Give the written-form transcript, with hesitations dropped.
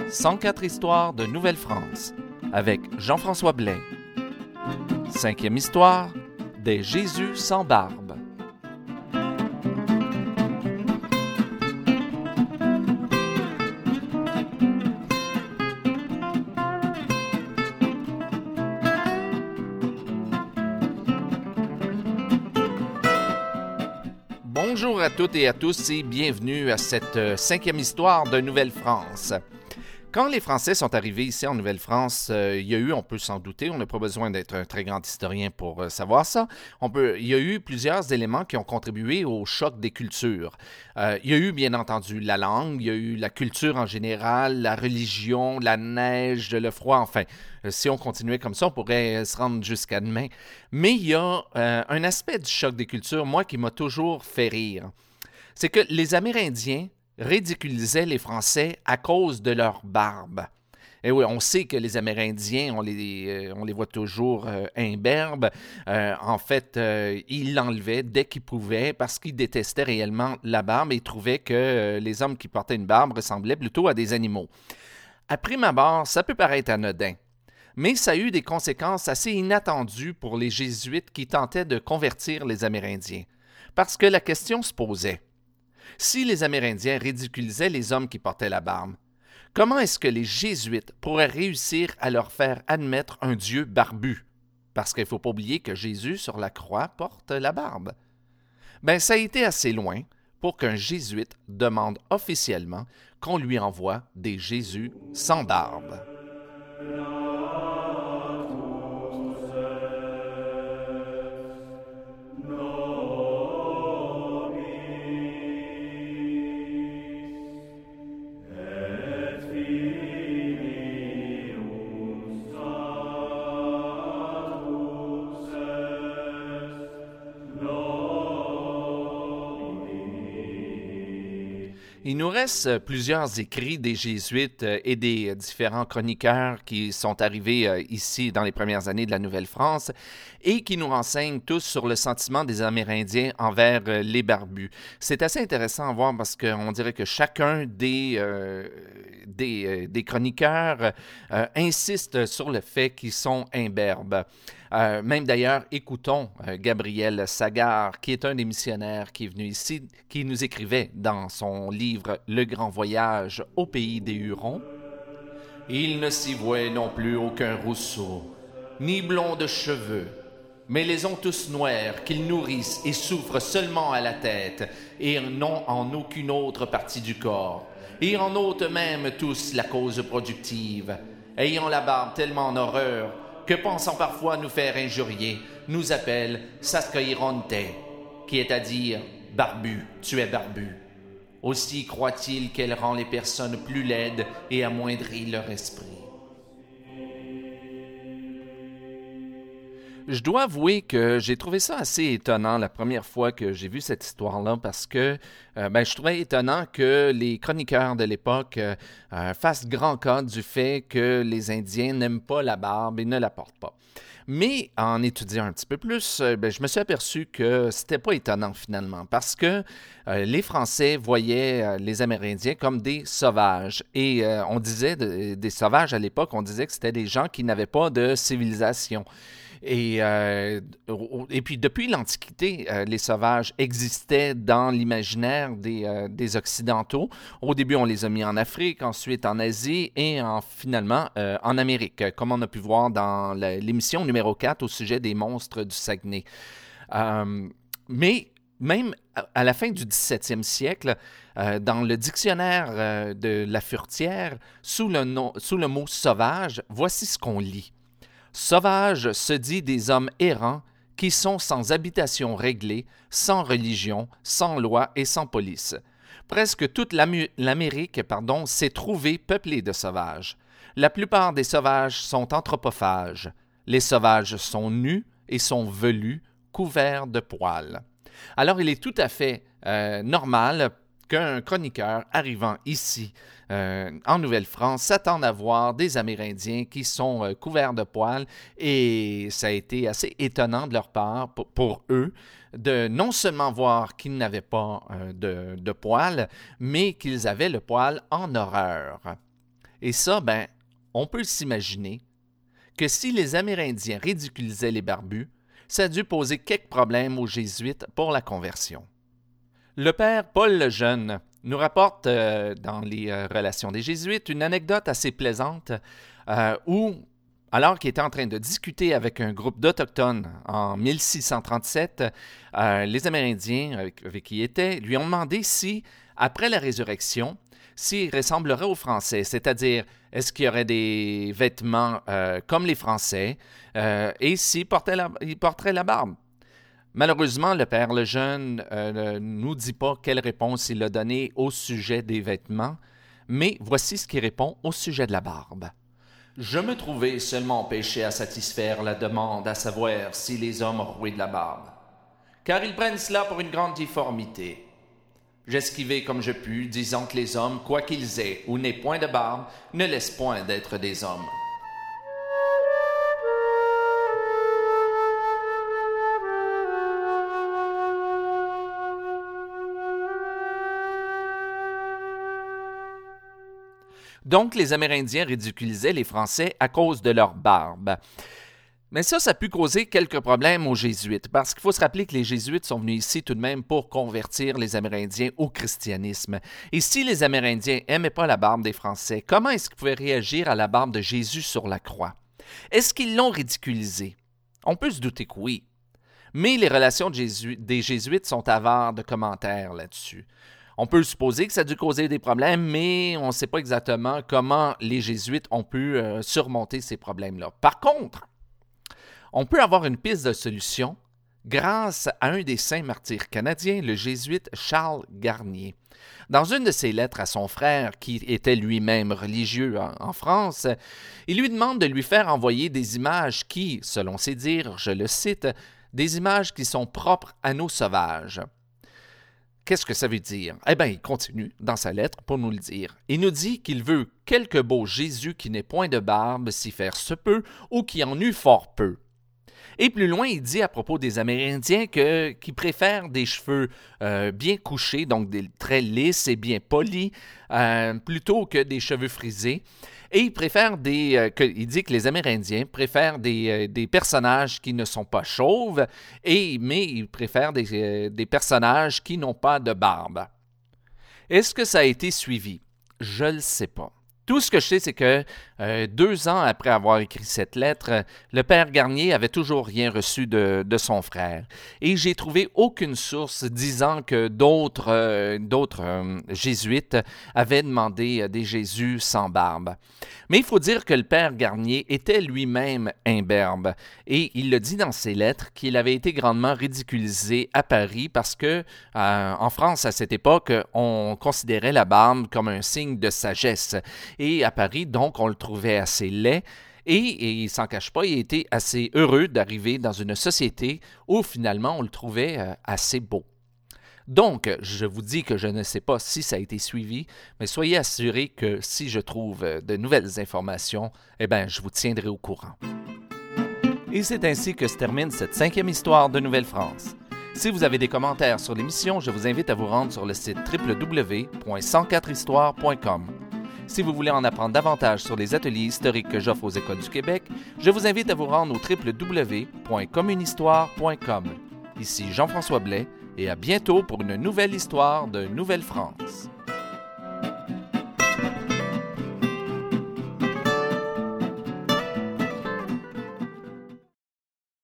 104 histoires de Nouvelle-France avec Jean-François Blais. 5e histoire, des Jésus sans barbe. Bonjour à toutes et à tous et bienvenue à cette 5e histoire de Nouvelle-France. Quand les Français sont arrivés ici en Nouvelle-France, il y a eu, on peut s'en douter, on n'a pas besoin d'être un très grand historien pour savoir ça, il y a eu plusieurs éléments qui ont contribué au choc des cultures. Il y a eu bien entendu la langue, il y a eu la culture en général, la religion, la neige, le froid, enfin, si on continuait comme ça, on pourrait se rendre jusqu'à demain. Mais il y a un aspect du choc des cultures, moi, qui m'a toujours fait rire. C'est que les Amérindiens ridiculisaient les Français à cause de leur barbe. Et oui, on sait que les Amérindiens, on les voit toujours imberbes. En fait, ils l'enlevaient dès qu'ils pouvaient parce qu'ils détestaient réellement la barbe et ils trouvaient que les hommes qui portaient une barbe ressemblaient plutôt à des animaux. À prime abord, ça peut paraître anodin, mais ça a eu des conséquences assez inattendues pour les Jésuites qui tentaient de convertir les Amérindiens. Parce que la question se posait. Si les Amérindiens ridiculisaient les hommes qui portaient la barbe, comment est-ce que les Jésuites pourraient réussir à leur faire admettre un Dieu barbu? Parce qu'il ne faut pas oublier que Jésus sur la croix porte la barbe. Ben, ça a été assez loin pour qu'un Jésuite demande officiellement qu'on lui envoie des Jésus sans barbe. Il nous reste plusieurs écrits des Jésuites et des différents chroniqueurs qui sont arrivés ici dans les premières années de la Nouvelle-France et qui nous renseignent tous sur le sentiment des Amérindiens envers les barbus. C'est assez intéressant à voir parce qu'on dirait que chacun des chroniqueurs insiste sur le fait qu'ils sont imberbes. Même d'ailleurs, écoutons Gabriel Sagard, qui est un des missionnaires qui est venu ici, qui nous écrivait dans son livre « Le grand voyage au pays des Hurons ». « Il ne s'y voit non plus aucun rousseau, ni blond de cheveux, mais les ont tous noirs qu'ils nourrissent et souffrent seulement à la tête, et non en aucune autre partie du corps, et en ôtent même tous la cause productive, ayant la barbe tellement en horreur, que pensant parfois nous faire injurier, nous appellent Saskaïronte, qui est à dire « barbu, tu es barbu ». Aussi croit-il qu'elle rend les personnes plus laides et amoindrit leur esprit. Je dois avouer que j'ai trouvé ça assez étonnant la première fois que j'ai vu cette histoire-là parce que je trouvais étonnant que les chroniqueurs de l'époque fassent grand cas du fait que les Indiens n'aiment pas la barbe et ne la portent pas. Mais en étudiant un petit peu plus, je me suis aperçu que c'était pas étonnant finalement parce que les Français voyaient les Amérindiens comme des sauvages. Et on disait des sauvages à l'époque, on disait que c'était des gens qui n'avaient pas de civilisation. Et puis, depuis l'Antiquité, les sauvages existaient dans l'imaginaire des Occidentaux. Au début, on les a mis en Afrique, ensuite en Asie et finalement en Amérique, comme on a pu voir dans l'émission numéro 4 au sujet des monstres du Saguenay. Mais même à la fin du 17e siècle, dans le dictionnaire de La Furetière, sous le mot « sauvage », voici ce qu'on lit. Sauvage se dit des hommes errants qui sont sans habitation réglée, sans religion, sans loi et sans police. Presque toute l'Amérique s'est trouvée peuplée de sauvages. La plupart des sauvages sont anthropophages. Les sauvages sont nus et sont velus, couverts de poils. Alors, il est tout à fait normal qu'un chroniqueur arrivant ici, en Nouvelle-France, s'attende à voir des Amérindiens qui sont couverts de poils et ça a été assez étonnant de leur part pour eux de non seulement voir qu'ils n'avaient pas de poils, mais qu'ils avaient le poil en horreur. Et ça, on peut s'imaginer que si les Amérindiens ridiculisaient les barbus, ça a dû poser quelques problèmes aux Jésuites pour la conversion. Le père Paul le Jeune nous rapporte dans les Relations des Jésuites une anecdote assez plaisante où, alors qu'il était en train de discuter avec un groupe d'Autochtones en 1637, les Amérindiens avec qui il était lui ont demandé si, après la résurrection, s'il ressemblerait aux Français, c'est-à-dire est-ce qu'il y aurait des vêtements comme les Français et s'il porterait la barbe. Malheureusement, le Père le Jeune ne nous dit pas quelle réponse il a donnée au sujet des vêtements, mais voici ce qu'il répond au sujet de la barbe. « Je me trouvais seulement empêché à satisfaire la demande à savoir si les hommes rouaient de la barbe, car ils prennent cela pour une grande difformité. J'esquivai comme je pus, disant que les hommes, quoi qu'ils aient ou n'aient point de barbe, ne laissent point d'être des hommes. » Donc, les Amérindiens ridiculisaient les Français à cause de leur barbe. Mais ça a pu causer quelques problèmes aux Jésuites, parce qu'il faut se rappeler que les Jésuites sont venus ici tout de même pour convertir les Amérindiens au christianisme. Et si les Amérindiens n'aimaient pas la barbe des Français, comment est-ce qu'ils pouvaient réagir à la barbe de Jésus sur la croix? Est-ce qu'ils l'ont ridiculisé? On peut se douter que oui. Mais les relations des Jésuites sont avares de commentaires là-dessus. On peut supposer que ça a dû causer des problèmes, mais on ne sait pas exactement comment les Jésuites ont pu surmonter ces problèmes-là. Par contre, on peut avoir une piste de solution grâce à un des saints martyrs canadiens, le jésuite Charles Garnier. Dans une de ses lettres à son frère, qui était lui-même religieux en France, il lui demande de lui faire envoyer des images qui, selon ses dires, je le cite, des images qui sont propres à nos sauvages. Qu'est-ce que ça veut dire? Il continue dans sa lettre pour nous le dire. Il nous dit qu'il veut quelque beau Jésus qui n'ait point de barbe, si faire se peut, ou qui en eût fort peu. Et plus loin, il dit à propos des Amérindiens qu'ils préfèrent des cheveux bien couchés, donc des traits lisses et bien polis, plutôt que des cheveux frisés. Et il dit que les Amérindiens préfèrent des personnages qui ne sont pas chauves, mais ils préfèrent des personnages qui n'ont pas de barbe. Est-ce que ça a été suivi? Je ne le sais pas. Tout ce que je sais, c'est que 2 ans après avoir écrit cette lettre, le père Garnier avait toujours rien reçu de son frère. Et j'ai trouvé aucune source disant que d'autres jésuites avaient demandé des Jésus sans barbe. Mais il faut dire que le père Garnier était lui-même imberbe. Et il le dit dans ses lettres qu'il avait été grandement ridiculisé à Paris parce que, en France, à cette époque, on considérait la barbe comme un signe de sagesse. Et à Paris, donc, on le trouvait assez laid. Et il ne s'en cache pas, il était assez heureux d'arriver dans une société où finalement on le trouvait assez beau. Donc, je vous dis que je ne sais pas si ça a été suivi, mais soyez assurés que si je trouve de nouvelles informations, je vous tiendrai au courant. Et c'est ainsi que se termine cette 5e histoire de Nouvelle-France. Si vous avez des commentaires sur l'émission, je vous invite à vous rendre sur le site www.104histoire.com. Si vous voulez en apprendre davantage sur les ateliers historiques que j'offre aux Écoles du Québec, je vous invite à vous rendre au www.communhistoire.com. Ici Jean-François Blais et à bientôt pour une nouvelle histoire de Nouvelle-France.